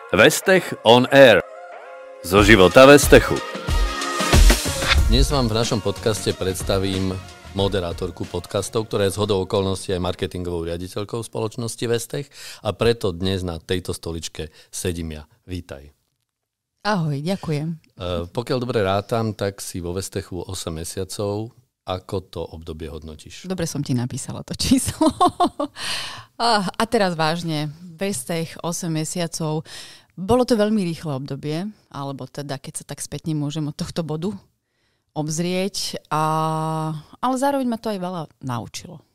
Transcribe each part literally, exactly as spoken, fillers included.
Vestech on Air. Zo života Vestechu. Dnes vám v našom podcaste predstavím moderátorku podcastov, ktorá je zhodou okolností aj marketingovou riaditeľkou spoločnosti Vestech, a preto dnes na tejto stoličke sedím ja. Vítaj. Ahoj, ďakujem. Uh, pokiaľ dobre rátam, tak si vo Vestechu osem mesiacov. Ako to obdobie hodnotíš? Dobre som ti napísala to číslo. a, a teraz vážne, Vestech osem mesiacov. Bolo to veľmi rýchle obdobie, alebo teda, keď sa tak spätne môžem od tohto bodu obzrieť, a, ale zároveň ma to aj veľa naučilo.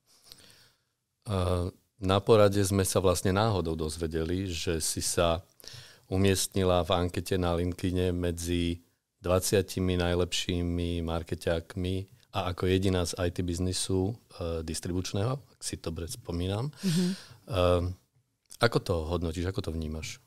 Uh, na porade sme sa vlastne náhodou dozvedeli, že si sa umiestnila v ankete na LinkedIne medzi dvadsiatimi najlepšími markeťákmi a ako jediná z í té biznisu uh, distribučného, ak si to dobre spomínam. Mm-hmm. Uh, ako to hodnotíš, ako to vnímaš?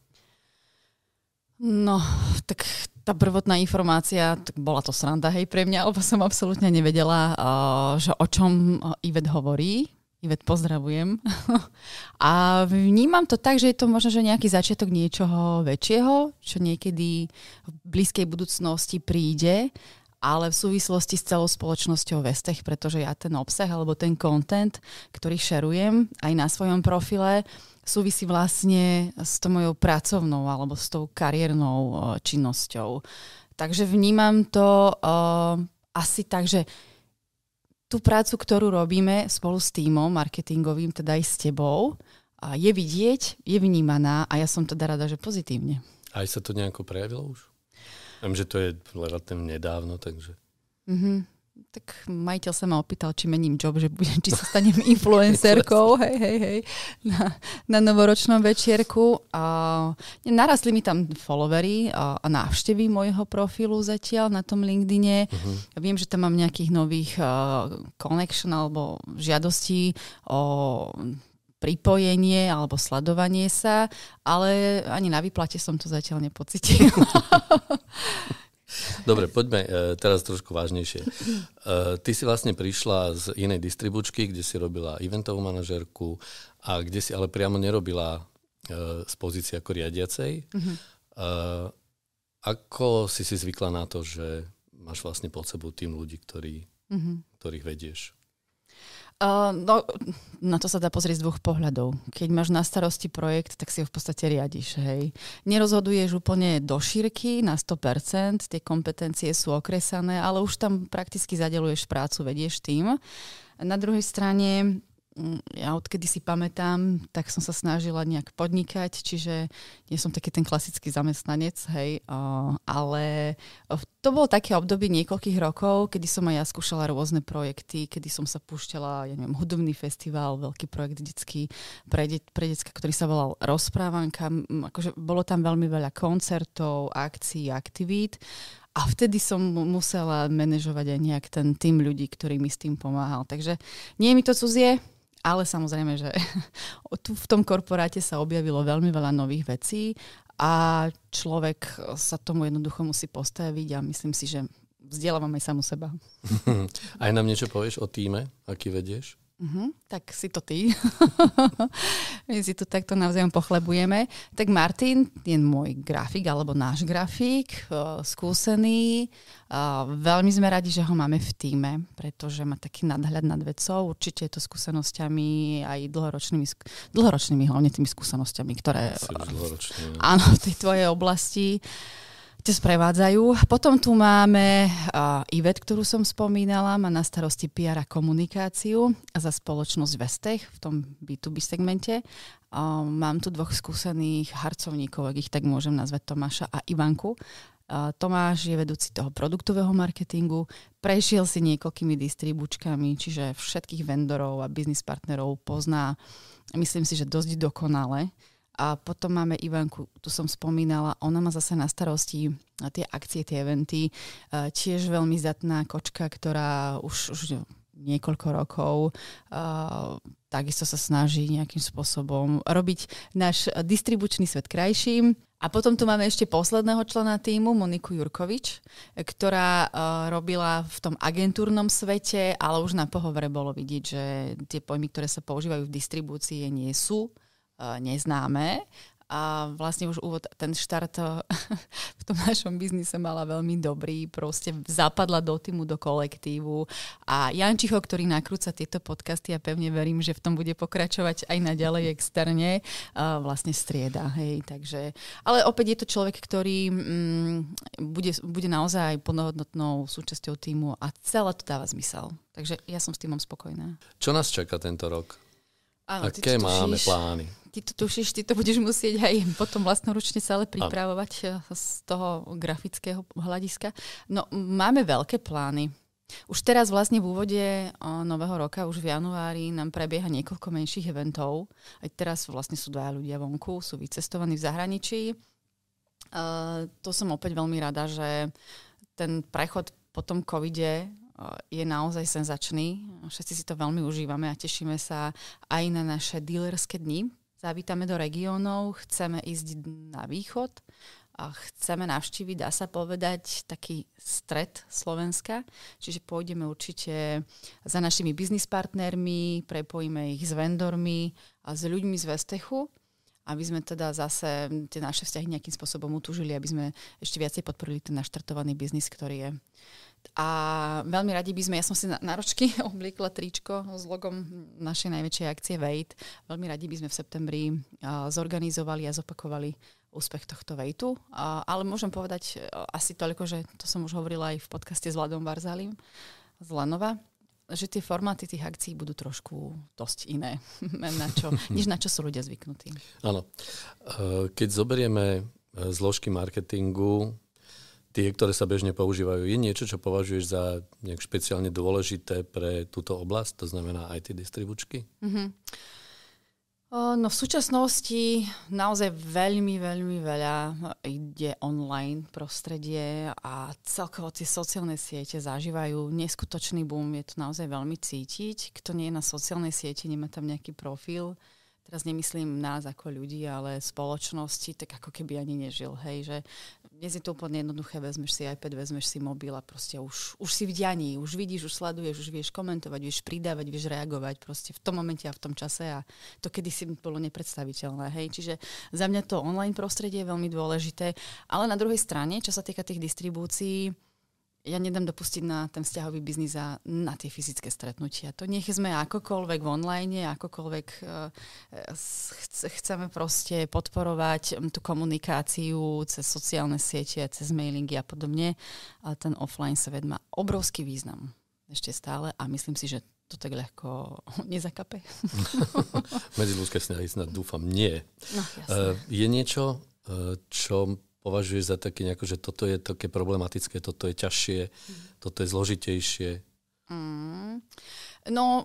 No, tak tá prvotná informácia, tak bola to sranda, hej, pre mňa, lebo som absolútne nevedela, uh, že o čom Ivet hovorí. Ivet, pozdravujem. A vnímam to tak, že je to možno, že nejaký začiatok niečoho väčšieho, čo niekedy v blízkej budúcnosti príde, ale v súvislosti s celou spoločnosťou Vestech, pretože ja ten obsah alebo ten content, ktorý šerujem aj na svojom profile, súvisí vlastne s tou mojou pracovnou alebo s tou kariérnou uh, činnosťou. Takže vnímam to uh, asi tak, že tú prácu, ktorú robíme spolu s tímom marketingovým, teda aj s tebou, uh, je vidieť, je vnímaná, a ja som teda rada, že pozitívne. Aj sa to nejako prejavilo už? Viem, že to je relatívne nedávno, takže... Mm-hmm. Tak majiteľ sa ma opýtal, či mením job, že budem, či sa stanem influencerkou, hej, hej, hej, na, na novoročnom večierku. A narastli mi tam followery a, a návštevy môjho profilu zatiaľ na tom LinkedIne. Uh-huh. Viem, že tam mám nejakých nových uh, connection alebo žiadostí o pripojenie alebo sledovanie sa, ale ani na výplate som to zatiaľ nepocitila. Dobre, poďme e, teraz trošku vážnejšie. E, ty si vlastne prišla z inej distribučky, kde si robila eventovú manažérku a kde si ale priamo nerobila e, z pozície ako riadiacej. Mm-hmm. E, ako si si zvykla na to, že máš vlastne pod sebou tým ľudí, ktorí, mm-hmm. ktorých vedieš? Uh, no, na to sa dá pozrieť z dvoch pohľadov. Keď máš na starosti projekt, tak si ho v podstate riadiš. Hej. Nerozhoduješ úplne do šírky na sto percent, tie kompetencie sú okresané, ale už tam prakticky zadeľuješ prácu, vedieš tým. Na druhej strane, ja odkedy si pamätám, tak som sa snažila nejak podnikať, čiže nie som taký ten klasický zamestnanec, hej, uh, ale to bolo také obdobie niekoľkých rokov, kedy som aj ja skúšala rôzne projekty, kedy som sa púšťala, ja neviem, hudobný festival, veľký projekt detský pre, de- pre decka, ktorý sa volal Rozprávanka. Akože bolo tam veľmi veľa koncertov, akcií, aktivít. A vtedy som musela manažovať aj nejak ten tým ľudí, ktorý mi s tým pomáhal. Takže nie je mi to cudzie, ale samozrejme, že tu v tom korporáte sa objavilo veľmi veľa nových vecí a človek sa tomu jednoducho musí postaviť a myslím si, že vzdelávam aj samu seba. Aj nám niečo povieš o tíme, aký vedieš? Uh-huh, tak si to ty. My si tu takto navzájom pochlebujeme. Tak Martin je môj grafik, alebo náš grafik, skúsený. Veľmi sme radi, že ho máme v tíme, pretože má taký nadhľad nad vecou. Určite je to skúsenosťami aj dlhoročnými, dlhoročnými hlavne tými skúsenosťami, ktoré áno, v tej tvojej oblasti te sprevádzajú. Potom tu máme uh, Ivet, ktorú som spomínala, má na starosti pé er a komunikáciu za spoločnosť Vestech v tom bé dva bé segmente. Uh, mám tu dvoch skúsených harcovníkov, ak ich tak môžem nazvať, Tomáša a Ivanku. Uh, Tomáš je vedúci toho produktového marketingu, prešiel si niekoľkými distribučkami, čiže všetkých vendorov a business partnerov pozná, myslím si, že dosť dokonale. A potom máme Ivanku, tu som spomínala, ona má zase na starosti tie akcie, tie eventy. Tiež veľmi zdatná kočka, ktorá už, už niekoľko rokov uh, takisto sa snaží nejakým spôsobom robiť náš distribučný svet krajším. A potom tu máme ešte posledného člena tímu, Moniku Jurkovič, ktorá uh, robila v tom agentúrnom svete, ale už na pohovore bolo vidieť, že tie pojmy, ktoré sa používajú v distribúcii, nie sú neznáme a vlastne už úvod, ten štart v tom našom biznise mala veľmi dobrý, proste zapadla do týmu, do kolektívu a Jančicho, ktorý nakrúca tieto podcasty a ja pevne verím, že v tom bude pokračovať aj naďalej externe, vlastne strieda, hej, takže, ale opäť je to človek, ktorý mm, bude, bude naozaj plnohodnotnou súčasťou týmu a celé to dáva zmysel. Takže ja som s týmom spokojná. Čo nás čaká tento rok? Áno, aké máme plány? Ty to tušíš, ty to budeš musieť aj potom vlastnoručne celé pripravovať Áno. z toho grafického hľadiska. No, máme veľké plány. Už teraz vlastne v úvode nového roka, už v januári, nám prebieha niekoľko menších eventov. Aj teraz vlastne sú dva ľudia vonku, sú vycestovaní v zahraničí. Uh, to som opäť veľmi rada, že ten prechod po tom covide je naozaj senzačný. Všetci si to veľmi užívame a tešíme sa aj na naše dealerské dni. Zavítame do regiónov, chceme ísť na východ a chceme navštíviť, dá sa povedať, taký stred Slovenska. Čiže pôjdeme určite za našimi biznis partnermi, prepojíme ich s vendormi a s ľuďmi z Vestechu, aby sme teda zase tie naše vzťahy nejakým spôsobom utúžili, aby sme ešte viacej podporili ten naštartovaný biznis, ktorý je. A veľmi radi by sme, ja som si na, na ročky obliekla tričko s logom našej najväčšej akcie Wait. Veľmi radi by sme v septembri uh, zorganizovali a zopakovali úspech tohto Waitu. Uh, ale môžem povedať uh, asi toľko, že to som už hovorila aj v podcaste s Vladom Varzalim z Lanova, že tie formáty tých akcií budú trošku dosť iné, na čo, než na čo sú ľudia zvyknutí. Áno. Keď zoberieme zložky marketingu, tie, ktoré sa bežne používajú, je niečo, čo považuješ za nejak špeciálne dôležité pre túto oblasť, to znamená í té distribučky? Mm-hmm. No v súčasnosti naozaj veľmi, veľmi veľa ide online prostredie a celkovo tie sociálne siete zažívajú neskutočný boom, je to naozaj veľmi cítiť. Kto nie je na sociálnej sieti, nemá tam nejaký profil, teraz nemyslím nás ako ľudí, ale spoločnosti, tak ako keby ani nežil, hej, že dnes je to úplne jednoduché, vezmeš si iPad, vezmeš si mobil a proste už, už si v dianí, už vidíš, už sleduješ, už vieš komentovať, vieš pridávať, vieš reagovať proste v tom momente a v tom čase a to kedysi bolo nepredstaviteľné, hej, čiže za mňa to online prostredie je veľmi dôležité, ale na druhej strane, čo sa týka tých distribúcií, ja nedám dopustiť na ten vzťahový biznis a na tie fyzické stretnutia. To nech sme akokoľvek v online, akokoľvek uh, chceme proste podporovať tú komunikáciu cez sociálne siete, cez mailingy a podobne, ale ten offline svet má obrovský význam ešte stále a myslím si, že to tak ľahko nezakape. Medziľudské vzťahy snad dúfam nie. No, uh, je niečo, uh, čo považuješ za také nejako, že toto je také problematické, toto je ťažšie, mm. toto je zložitejšie? Mm. No,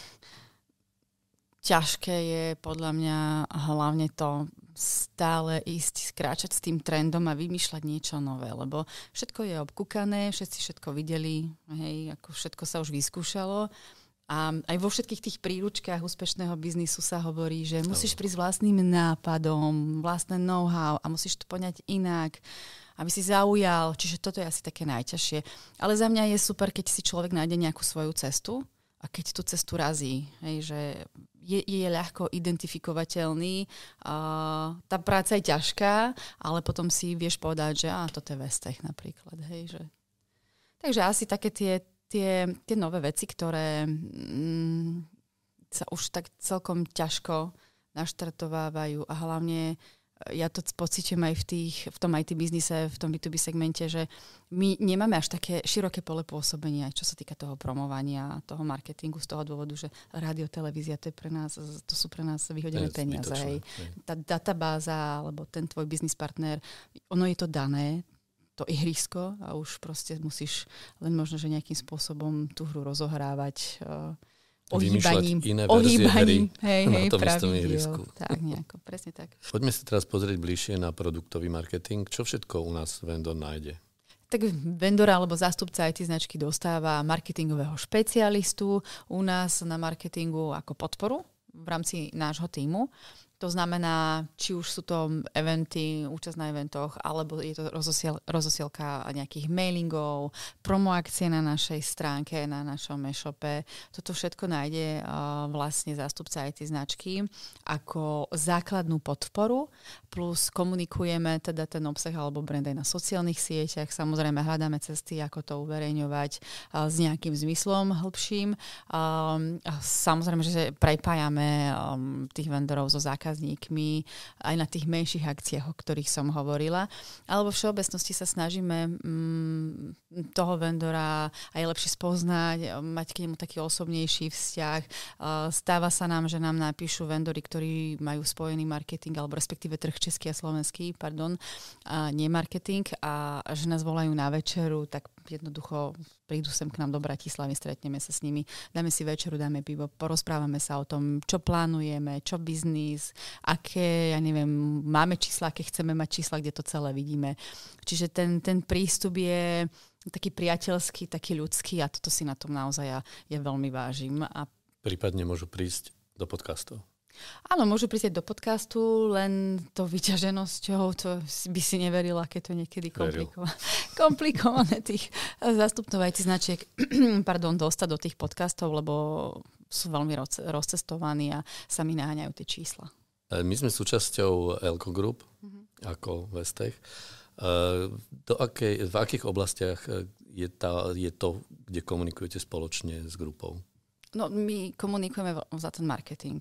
ťažké je podľa mňa hlavne to stále ísť, skráčať s tým trendom a vymýšľať niečo nové, lebo všetko je obkúkané, všetci všetko videli, hej, ako všetko sa už vyskúšalo. A aj vo všetkých tých príručkách úspešného biznisu sa hovorí, že musíš prísť vlastným nápadom, vlastné know-how a musíš to poňať inak, aby si zaujal. Čiže toto je asi také najťažšie. Ale za mňa je super, keď si človek nájde nejakú svoju cestu a keď tú cestu razí. Hej, že je, je ľahko identifikovateľný. Uh, tá práca je ťažká, ale potom si vieš povedať, že á, toto je Vestech napríklad. Hej, že... Takže asi také tie Tie, tie nové veci, ktoré mm, sa už tak celkom ťažko naštartovávajú a hlavne ja to pociťujem aj v, tých, v tom í té biznise, v tom bé dva bé segmente, že my nemáme až také široké pole pôsobenia, čo sa týka toho promovania, toho marketingu z toho dôvodu, že rádio, televízia, to, je pre nás, to sú pre nás vyhodené peniaze. Hej. Tá databáza alebo ten tvoj biznis partner, ono je to dané, to ihrisko a už proste musíš len možno, že nejakým spôsobom tú hru rozohrávať uh, ohýbaním. Iné ohýbaním. Hej, hej, na tom istom ihrisku. Tak, nejako, presne tak. Poďme si teraz pozrieť bližšie na produktový marketing. Čo všetko u nás vendor nájde? Tak vendor alebo zástupca í té značky dostáva marketingového špecialistu u nás na marketingu ako podporu v rámci nášho tímu. To znamená, či už sú to eventy, účasť na eventoch, alebo je to rozosiel, rozosielka nejakých mailingov, promoakcie na našej stránke, na našom e-shope. Toto všetko nájde uh, vlastne zástupca í té značky ako základnú podporu, plus komunikujeme teda ten obsah alebo brand aj na sociálnych sieťach. Samozrejme hľadáme cesty, ako to uverejňovať uh, s nejakým zmyslom hĺbším. Um, samozrejme, že prepájame um, tých vendorov so zákazníkmi zákazníkmi aj na tých menších akciách, o ktorých som hovorila. Ale vo všeobecnosti sa snažíme mm, toho vendora aj lepšie spoznať, mať k nemu taký osobnejší vzťah. Stáva sa nám, že nám napíšu vendori, ktorí majú spojený marketing, alebo respektíve trh český a slovenský, pardon, a nie marketing, a že nás volajú na večeru, tak jednoducho prídu sem k nám do Bratislavy, stretneme sa s nimi, dáme si večeru, dáme pivo, porozprávame sa o tom, čo plánujeme, čo biznis, aké, ja neviem, máme čísla, aké chceme mať čísla, kde to celé vidíme. Čiže ten, ten prístup je taký priateľský, taký ľudský a toto si na tom naozaj ja, ja veľmi vážim. A prípadne môžu prísť do podcastov. Áno, môžu prísť do podcastu, len to vyťaženosťou, to by si neverila, keď to niekedy komplikované. komplikované tých zástupcov aj tých značiek pardon, dostať do tých podcastov, lebo sú veľmi roz, rozcestovaní a sami naháňajú tie čísla. My sme súčasťou Elko Group, mm-hmm. ako Vestech. Do akej, v akých oblastiach je, tá, je to, kde komunikujete spoločne s grupou? No, my komunikujeme za ten marketing.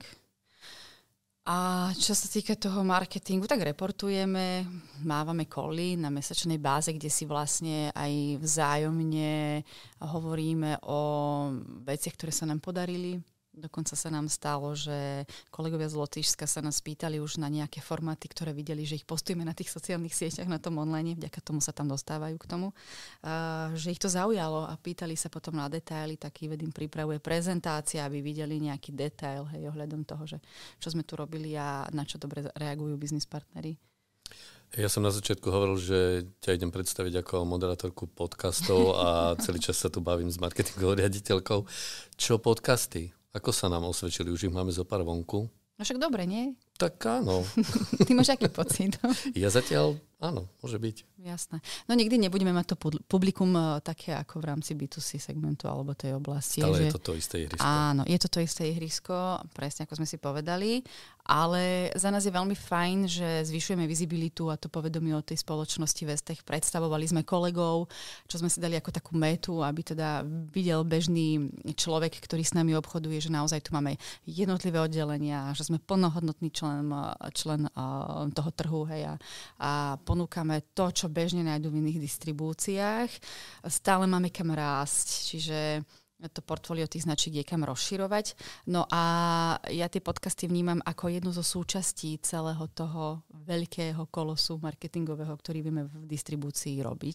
A čo sa týka toho marketingu, tak reportujeme, mávame koly na mesačnej báze, kde si vlastne aj vzájomne hovoríme o veciach, ktoré sa nám podarili. Dokonca sa nám stalo, že kolegovia z Lotyšska sa nás pýtali už na nejaké formáty, ktoré videli, že ich postujeme na tých sociálnych sieťach, na tom online, vďaka tomu sa tam dostávajú k tomu, uh, že ich to zaujalo a pýtali sa potom na detaily, tak Ivedin pripravuje prezentácia, aby videli nejaký detail, hej, ohľadom toho, že čo sme tu robili a na čo dobre reagujú biznis partneri. Ja som na začiatku hovoril, že ťa idem predstaviť ako moderátorku podcastov a celý čas sa tu bavím s marketingovou riaditeľkou. Čo podcasty? Ako sa nám osvedčili? Už ich máme zo pár vonku. No však dobre, nie? Tak áno. Ty máš aký pocit? Ja zatiaľ, áno, môže byť. Jasné. No nikdy nebudeme mať to publikum uh, také ako v rámci bé dva cé segmentu alebo tej oblasti. Ale že... je to to isté ihrisko. Áno, je to to isté ihrisko, presne ako sme si povedali. Ale za nás je veľmi fajn, že zvyšujeme vizibilitu a to povedomie o tej spoločnosti Vestech. Predstavovali sme kolegov, čo sme si dali ako takú metu, aby teda videl bežný človek, ktorý s nami obchoduje, že naozaj tu máme jednotlivé oddelenia, že sme plnohodnotný člen, člen uh, toho trhu, hej, a, a ponúkame to, čo bežne nájdu v iných distribúciách. Stále máme kam rásť, čiže to portfólio tých značiek je kam rozširovať. No a ja tie podcasty vnímam ako jednu zo súčastí celého toho veľkého kolosu marketingového, ktorý vieme v distribúcii robiť.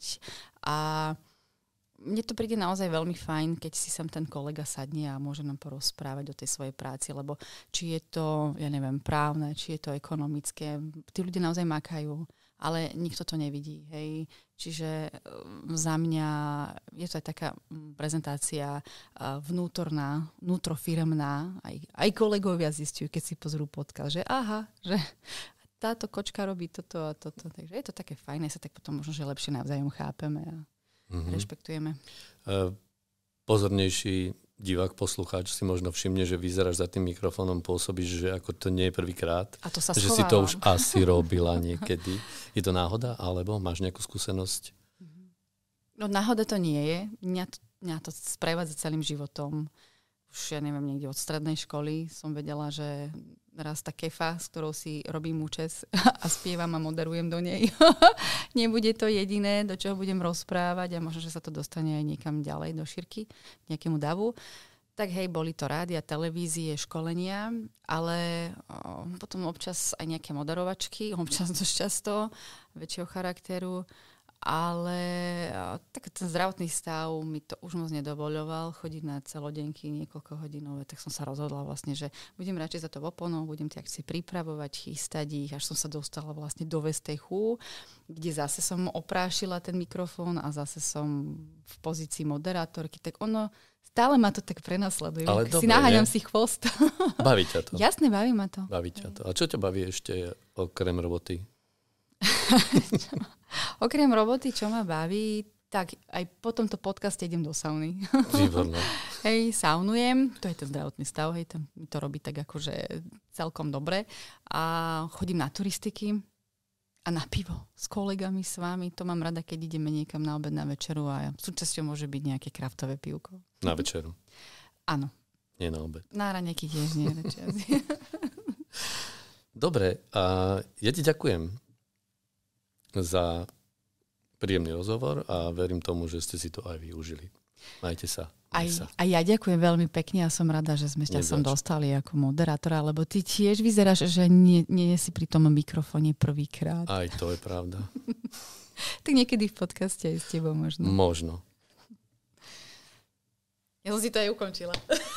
A mne to príde naozaj veľmi fajn, keď si sem ten kolega sadne a môže nám porozprávať o tej svojej práci, lebo či je to, ja neviem, právne, či je to ekonomické, tí ľudia naozaj makajú, ale nikto to nevidí, hej. Čiže za mňa je to aj taká prezentácia vnútorná, vnútrofiremná. Aj, aj kolegovia zistujú, keď si pozrú podcast, že aha, že táto kočka robí toto a toto. Takže je to také fajné, sa tak potom možno, že lepšie navzájom chápeme a mm-hmm. rešpektujeme. Uh, pozornejší divák, poslucháč si možno všimne, že vyzeráš za tým mikrofónom, pôsobíš, že ako to nie je prvýkrát. A to sa že schovávam. Si to už asi robila niekedy. Je to náhoda, alebo máš nejakú skúsenosť? No náhoda to nie je. Mňa to, mňa to sprevádza celým životom. Už ja neviem, niekde od strednej školy som vedela, že raz tá kefa, s ktorou si robím účes a spievam a moderujem do nej. Nebude to jediné, do čoho budem rozprávať a možno, že sa to dostane aj niekam ďalej do šírky, k nejakému davu. Tak hej, boli to rádia, televízie, školenia, ale o, potom občas aj nejaké moderovačky, občas dosť často, väčšieho charakteru. ale tak ten zdravotný stav mi to už moc nedovoľoval chodiť na celodenky niekoľko hodinové, tak som sa rozhodla vlastne, že budem radšej za to oponou, budem tie akcie pripravovať, chystať ich, až som sa dostala vlastne do Vestechu, kde zase som oprášila ten mikrofón a zase som v pozícii moderátorky, tak ono stále ma to tak prenasleduje. Ale dobre, si naháňam nie? si chvost. Baví ťa to? Jasné, baví ma to. Baví ťa to. A čo ťa baví ešte okrem roboty? Okrem roboty, čo ma baví, tak aj po tomto podcaste idem do sauny. Výborné. Hej, saunujem, to je ten zdravotný stav, hej, tam mi to robí tak akože celkom dobre. A chodím na turistiky a na pivo s kolegami, s vami. To mám rada, keď ideme niekam na obed, na večeru a súčasťou môže byť nejaké kraftové pivko. Na večeru? Áno. Nie na obed. Na raňajky tiež nie. Dobre, a ja ti ďakujem za príjemný rozhovor a verím tomu, že ste si to aj využili. Majte sa. Aj, aj ja ďakujem veľmi pekne a som rada, že sme ťa sem dostali ako moderátora, lebo ty tiež vyzeráš, že nie, nie si pri tom mikrofóne prvýkrát. Aj to je pravda. Tak niekedy v podcaste aj s tebou možno. Možno. Ja som si to aj ukončila.